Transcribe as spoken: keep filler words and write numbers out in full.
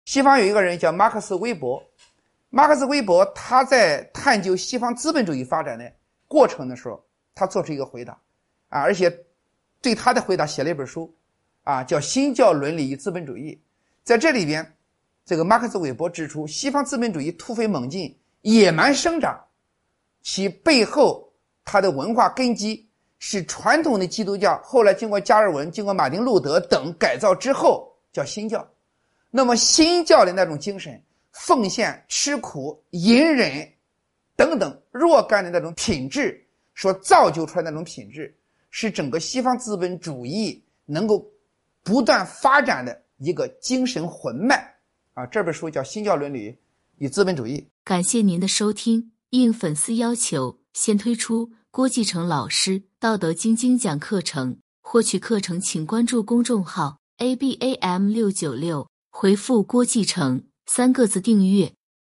西方有一个人叫马克思韦伯，马克思韦伯他在探究西方资本主义发展的过程的时候，他做出一个回答啊，而且对他的回答写了一本书啊，叫《新教伦理与资本主义》。在这里边，这个马克思韦伯指出，西方资本主义突飞猛进、野蛮生长，其背后它的文化根基是传统的基督教，后来经过加尔文、经过马丁路德等改造之后叫新教。那么新教的那种精神，奉献、吃苦、隐忍等等若干的那种品质，所造就出来的那种品质，是整个西方资本主义能够不断发展的一个精神魂脉啊！这本书叫《新教伦理与资本主义》。 感谢您的收听。应粉丝要求，先推出郭继承老师道德经精讲课程。获取课程请关注公众号 A B A M 六九六，回复郭继承三个字订阅。